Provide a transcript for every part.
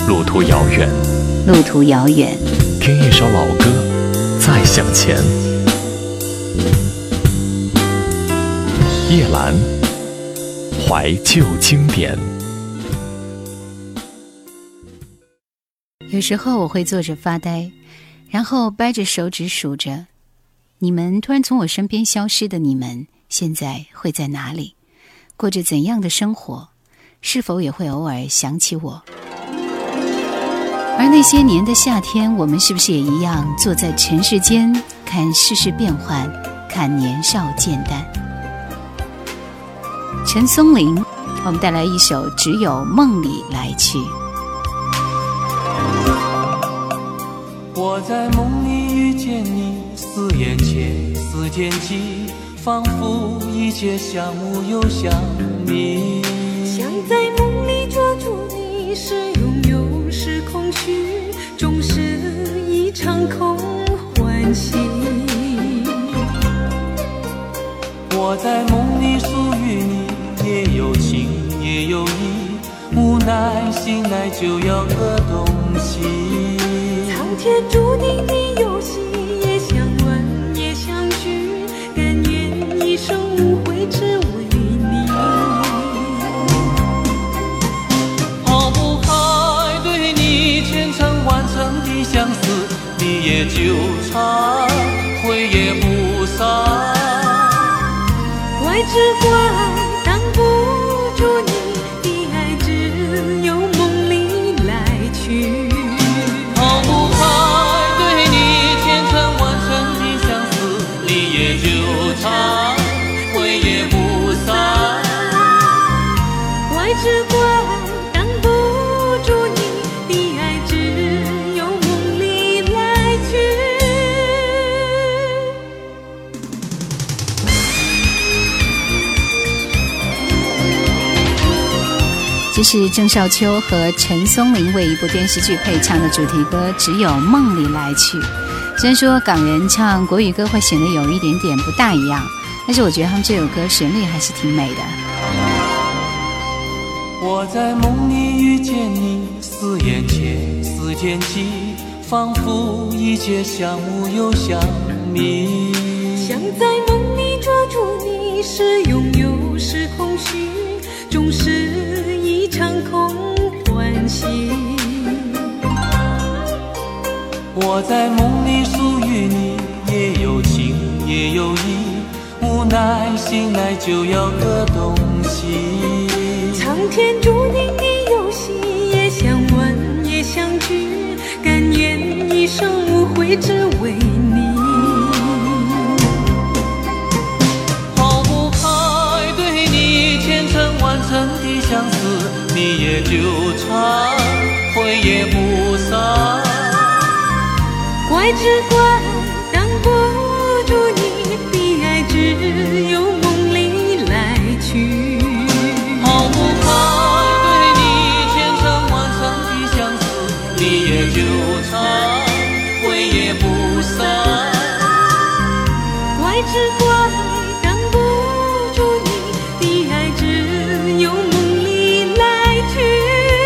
路途遥远， 路途遥远， 听一首老歌，再向前。叶兰，怀旧经典。 有时候我会坐着发呆，然后掰着手指数着，你们突然从我身边消失的你们，现在会在哪里？过着怎样的生活？是否也会偶尔想起我？而那些年的夏天，我们是不是也一样坐在尘世间，看世事变幻，看年少渐淡？陈松伶，我们带来一首《只有梦里来去》。 我在梦里遇见你，四眼前四天际，仿佛一切像雾又像迷。 想在梦里捉住你，是拥有是空虚，终是一场空欢喜。 我在梦里属于你，也有情也有义，无奈醒来就要个东西。 苍天注定的游戏，也相问也相聚，甘愿一生无悔只为你。 好不还对你千程万程的相思，你也纠缠，悔也不散。 怪只怪挡不住你的爱，只有梦里来去。 好不还对你千程万程的相思，你也纠缠，悔也不散。 怪只怪挡不住你的爱，只有梦里来去。 这是郑少秋和陈松伶为一部电视剧配唱的主题歌《只有梦里来去》。虽然说港人唱国语歌会显得有一点点不大一样，但是我觉得他们这首歌旋律还是挺美的。 我在梦里遇见你，四眼前四天际，仿佛一切像雾又像迷。 想在梦里捉住你，是拥有是空虚，终是一场空欢喜。 我在梦里属于你，也有情也有义，无奈醒来就要个东西。 苍天注定的游戏，也相问也相聚，甘愿一生无悔只为你。 好不还对你千程万程的相思，你也纠缠，悔也不散。 怪只怪挡不住你的爱，只有梦里来去。 好不还对你千程万程的相思，你也纠缠，悔也不散。 怪只怪挡不住你的爱，只有梦里来去。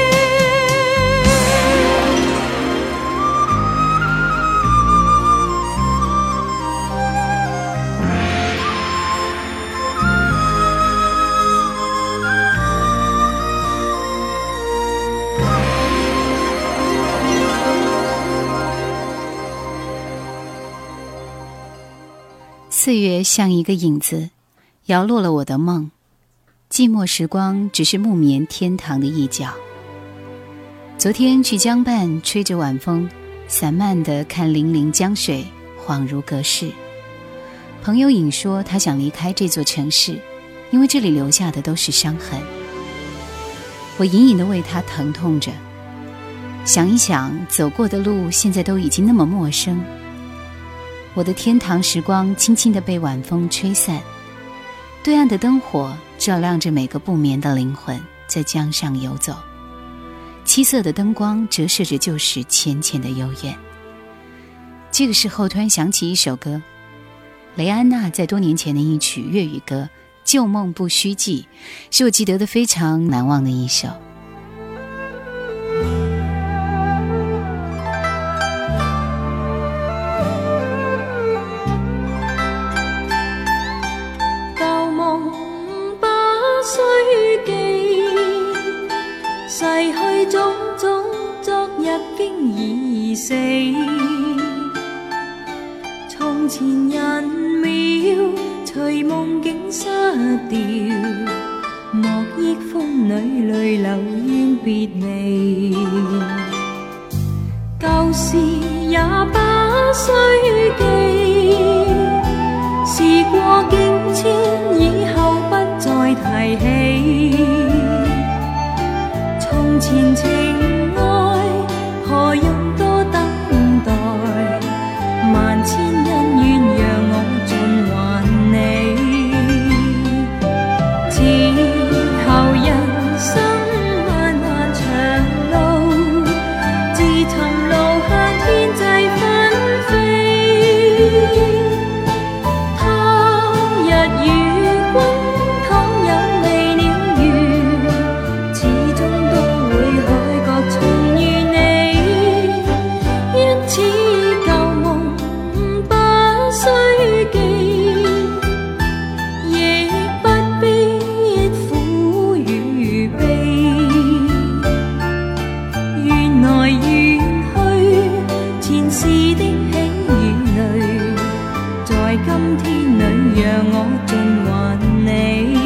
四月像一个影子，摇落了我的梦。寂寞时光只是木棉天堂的一角。昨天去江畔，吹着晚风，散漫地看粼粼江水，恍如隔世。朋友隐说他想离开这座城市，因为这里留下的都是伤痕。我隐隐地为他疼痛着，想一想走过的路现在都已经那么陌生。我的天堂时光轻轻地被晚风吹散，对岸的灯火照亮着每个不眠的灵魂，在江上游走。七色的灯光折射着旧时浅浅的幽怨。这个时候突然想起一首歌，雷安娜在多年前的一曲粤语歌《旧梦不须记》，是我记得的非常难忘的一首。 中昨日經已死，從前人渺隨夢境失掉，莫憶風裏淚流怨別離，舊事也不需記，時過境遷以後不再提起，從前情愛何用多等待，萬千恩怨讓我盡還你，此後人生漫漫長路，自尋路向天際紛飛，他日與君倘有未了緣，始終都會海角重遇你，因此舊夢不需記，亦不必苦與悲，緣來緣去，前世的喜與淚，在今天裏讓我盡還你。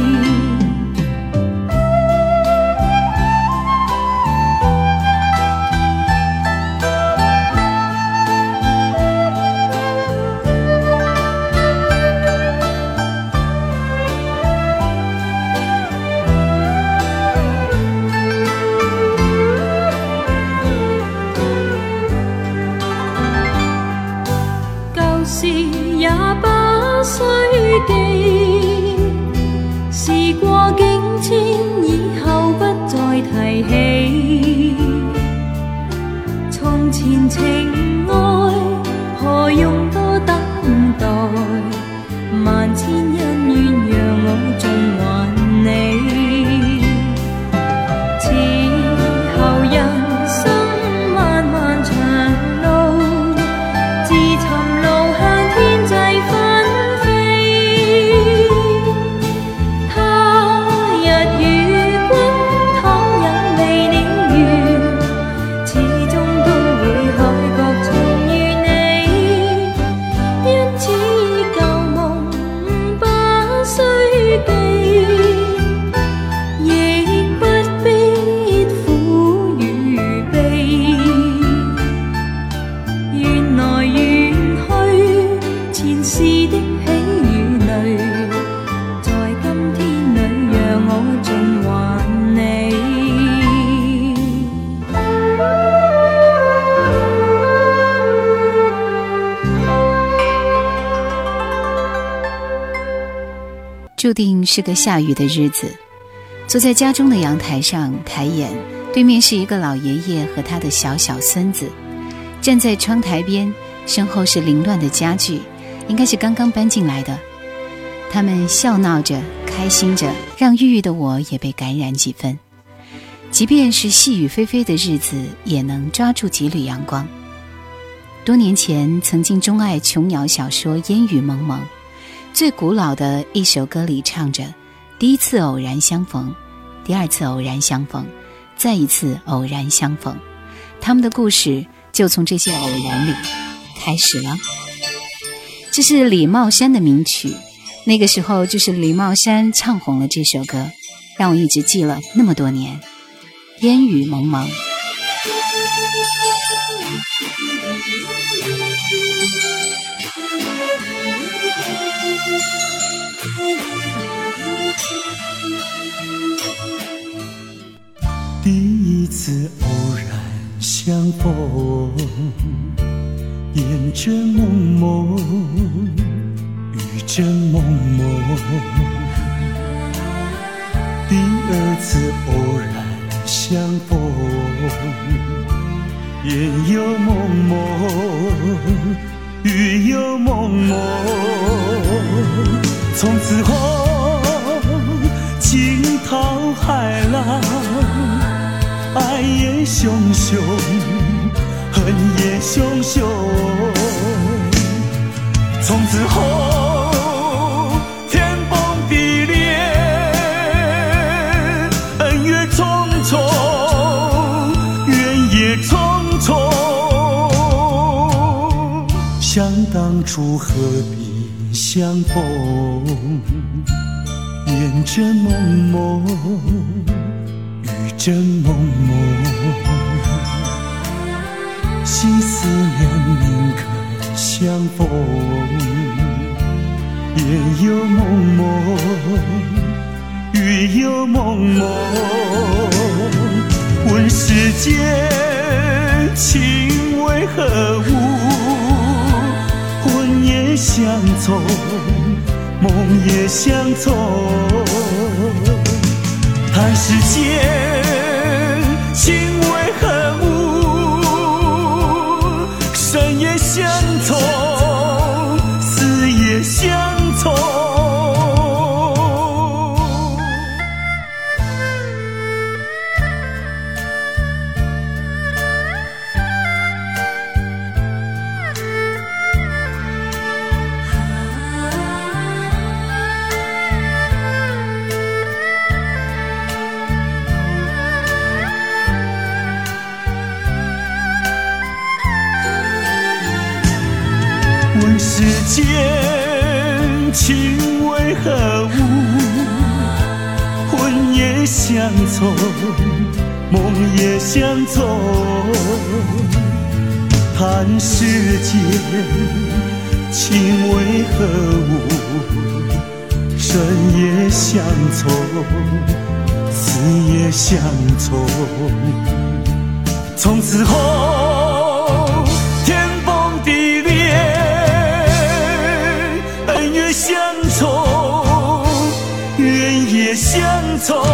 舊事也不需記，時過境遷以後不再提起，從前情愛何用多等待，萬千恩怨讓我盡還你，此後人生漫漫長路，自尋路向天際紛飛，他日與君倘有未了緣，始終都會海角重遇你，因此舊夢不需記，亦不必苦與悲，緣來緣去，前世的喜與淚，在今天裏讓我盡還你。 注定是个下雨的日子，坐在家中的阳台上抬眼，对面是一个老爷爷和他的小小孙子，站在窗台边，身后是凌乱的家具，应该是刚刚搬进来的。他们笑闹着开心着，让郁郁的我也被感染几分，即便是细雨霏霏的日子，也能抓住几缕阳光。多年前曾经钟爱琼瑶小说《烟雨蒙蒙》，最古老的一首歌里唱着，第一次偶然相逢，第二次偶然相逢，再一次偶然相逢，他们的故事就从这些偶然里开始了。这是李茂山的名曲，那个时候就是李茂山唱红了这首歌，让我一直记了那么多年。烟雨蒙蒙， 第一次偶然相逢，烟正蒙蒙，雨正蒙蒙。第二次偶然相逢，烟又蒙蒙，雨又蒙蒙。从此后，惊涛骇浪，爱也汹汹，恨也汹汹。从此后，天崩地裂，恩怨重重， 想当初何必相逢，缘真蒙蒙，雨真蒙蒙，心思念宁可相逢，烟又蒙蒙，雨又蒙蒙，问世间情为何物，魂也相从，梦也相从，叹世间情为何物，生也相从，死也相从。问世间情为何物，魂也相从，梦也相从，叹世间情为何物，生也相从，死也相从，从此后天崩地裂，恩怨相从，缘也相从，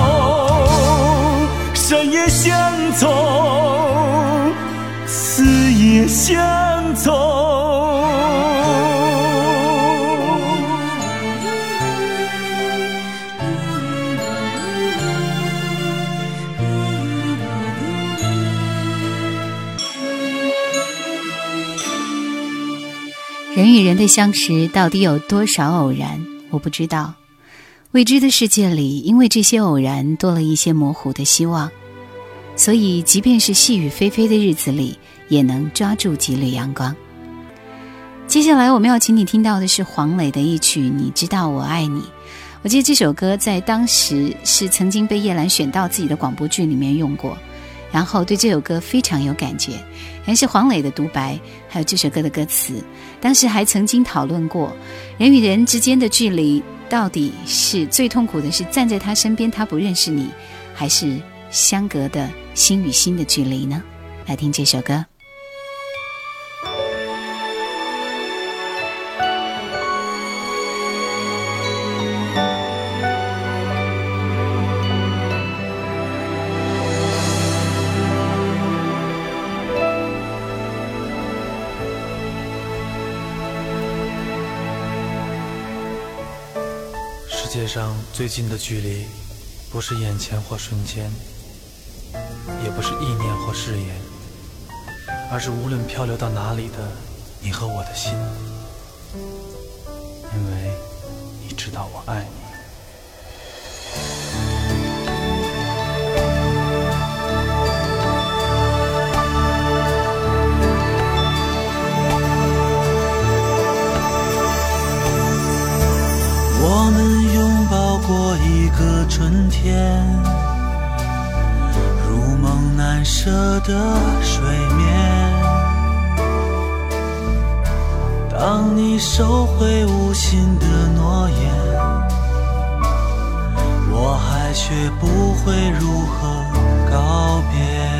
生也相从，死也相从。 人与人的相识到底有多少偶然，我不知道。未知的世界里，因为这些偶然多了一些模糊的希望，所以即便是细雨霏霏的日子里，也能抓住几缕阳光。接下来我们要请你听到的是黄磊的一曲《你知道我爱你》。我记得这首歌在当时是曾经被叶兰选到自己的广播剧里面用过，然后对这首歌非常有感觉，还是黄磊的独白，还有这首歌的歌词。当时还曾经讨论过，人与人之间的距离到底是最痛苦的是站在他身边他不认识你，还是相隔的心与心的距离呢？来听这首歌。 世界上最近的距离，不是眼前或瞬间，也不是意念或誓言，而是无论漂流到哪里的你和我的心，因为你知道我爱你。 我们拥抱过一个春天，如梦难舍的水面。当你收回无心的诺言，我还学不会如何告别。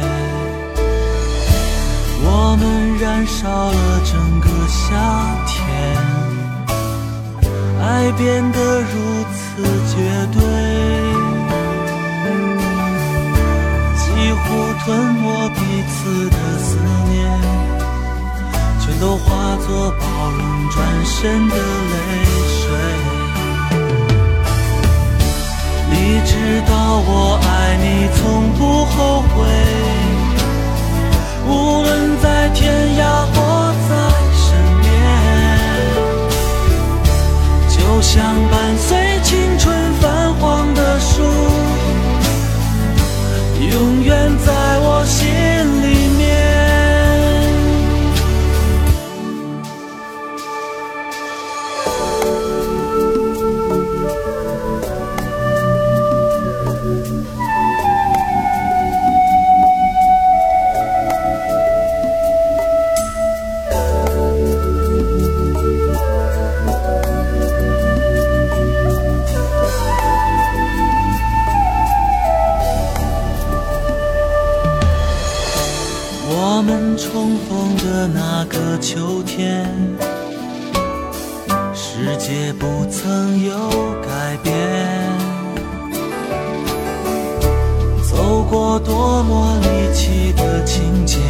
我们燃烧了整个夏天，爱变得如此绝对，几乎吞没彼此的思念，全都化作包容转身的泪水。你知道我爱你从不后悔，无论在天涯或在身边，就像伴随青春泛黄的树，永远在我心里面。 我们重逢的那个秋天，世界不曾有改变。走过多么离奇的情节，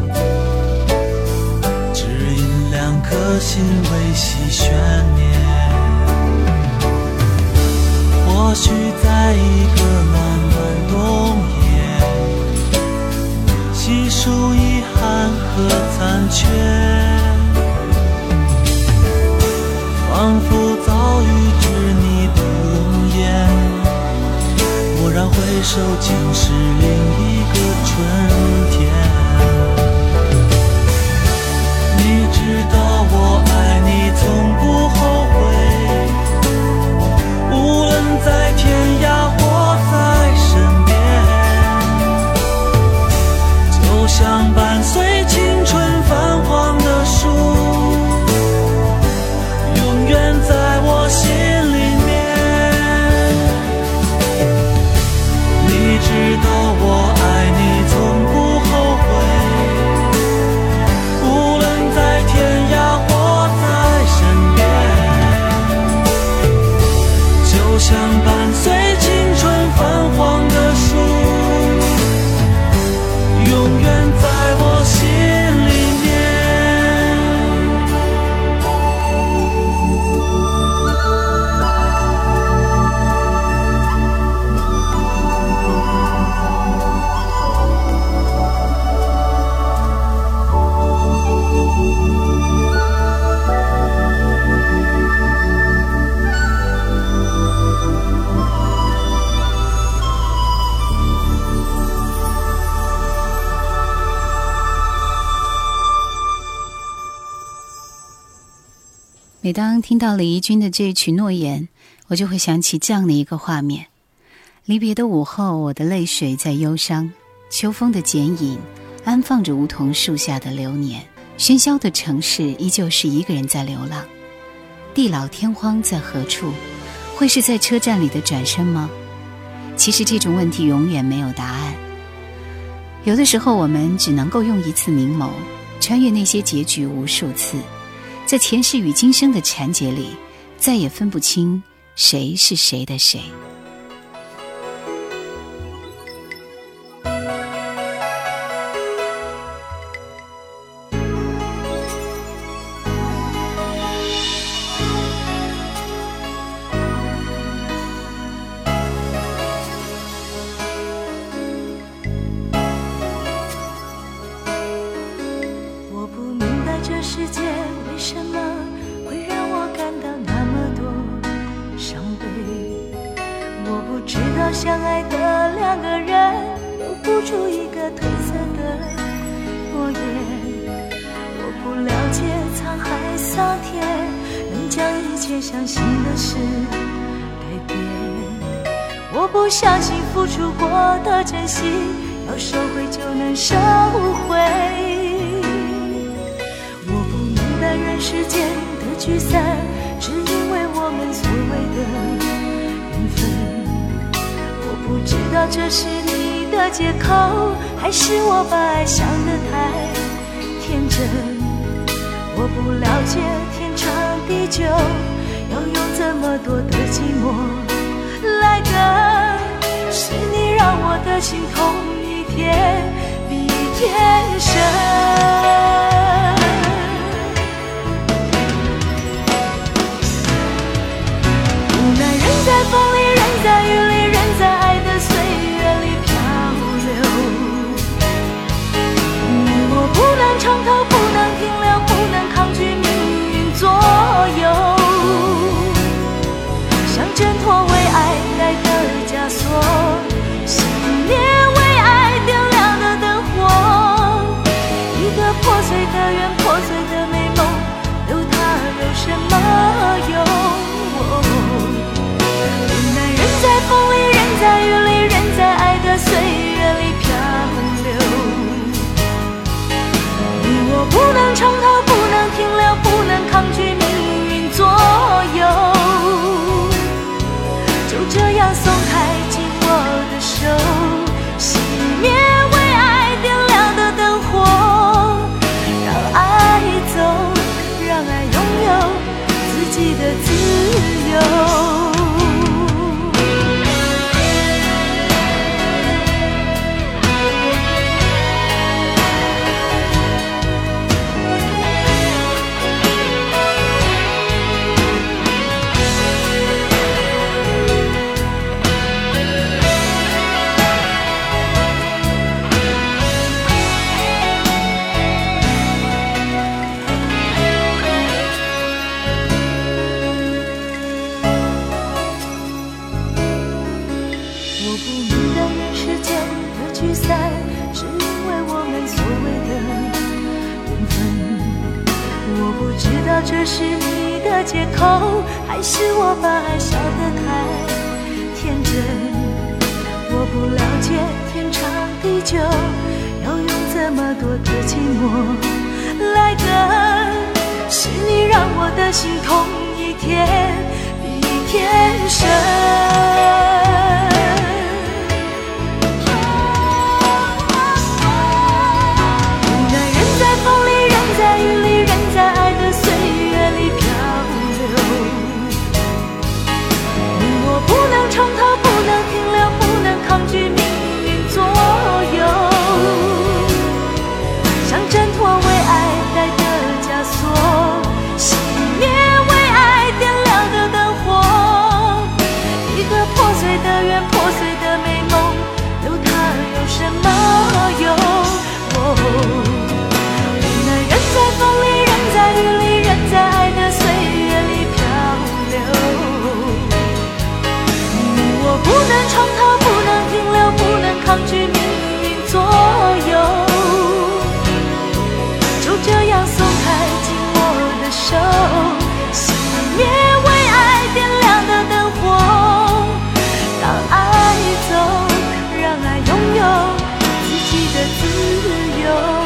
只因两颗心维系悬念。或许在一个暖暖冬夜，细数遗憾和残缺，仿佛早预知你的容颜。蓦然回首，竟是另一个春天。你知道我爱你从不后悔，无论在天涯或在身边，就像伴随青春泛黄的树，永远在我心里面。你知道我爱你从不后悔，无论在天涯或在身边，就像伴随青春泛黄的树，永远在我心里面。 每当听到李翊君的这曲《诺言》，我就会想起这样的一个画面：离别的午后，我的泪水在忧伤，秋风的剪影安放着梧桐树下的流年。喧嚣的城市依旧是一个人在流浪，地老天荒在何处？会是在车站里的转身吗？其实这种问题永远没有答案。有的时候我们只能够用一次凝眸，穿越那些结局无数次，在前世与今生的缠结里，再也分不清谁是谁的谁。 相爱的两个人留不住一个褪色的诺言，我不了解沧海桑田能将一切相信的事改变，我不相信付出过的真心要收回就能收回，我不明白人世间的聚散只因为我们所谓的缘分，不知道这是你的借口，还是我把爱想得太天真，我不了解天长地久要用这么多的寂寞来等，是你让我的心痛一天比一天深。无奈人在风里人在雨里人在爱的岁月里漂流，你我不能从头不能停留不能抗拒命运左右，想挣脱为爱戴的枷锁，熄灭为爱点亮的灯火，一个破碎的缘破碎的美梦留它有什么用，在风里人在雨里人在爱的岁月里漂流，你我不能从头不能停留不能抗拒命运左右，就这样松开紧握的手，熄灭为爱点亮的灯火， 道这是你的借口，还是我把爱笑得太天真。我不了解天长地久要用这么多的寂寞来等，是你让我的心痛一天比一天深。抗拒命运左右，就这样松开紧握的手，熄灭为爱点亮的灯火，让爱走，让爱拥有自己的自由。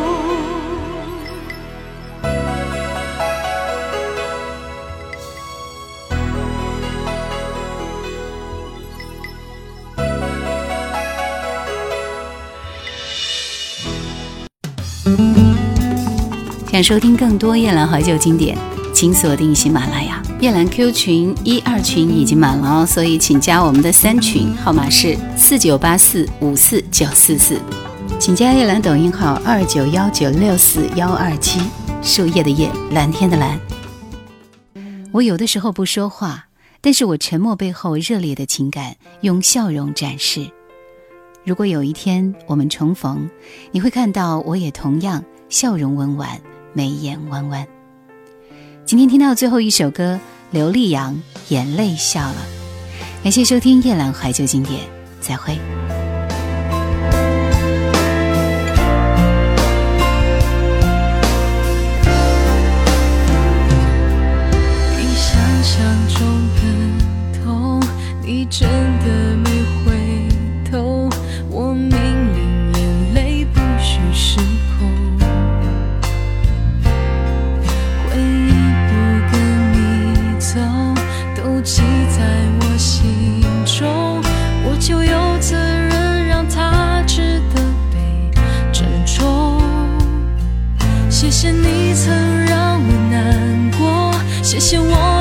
想收听更多夜兰怀旧经典，请锁定喜马拉雅。夜兰 Q 群1、2群已经满了哦，所以请加我们的3群，号码是4984549944。请加夜兰抖音号2919641127，树叶的叶，蓝天的蓝。我有的时候不说话，但是我沉默背后热烈的情感用笑容展示。如果有一天我们重逢，你会看到我也同样笑容温婉，眉眼弯弯。今天听到最后一首歌，刘力扬眼泪笑了。感谢收听夜兰怀旧经典，再会。 比想象中更痛，你真的没回头，我命令眼泪不许失控，回忆不跟你走，都记在我心中，我就有责任让它值得被珍重。谢谢你曾让我难过，谢谢我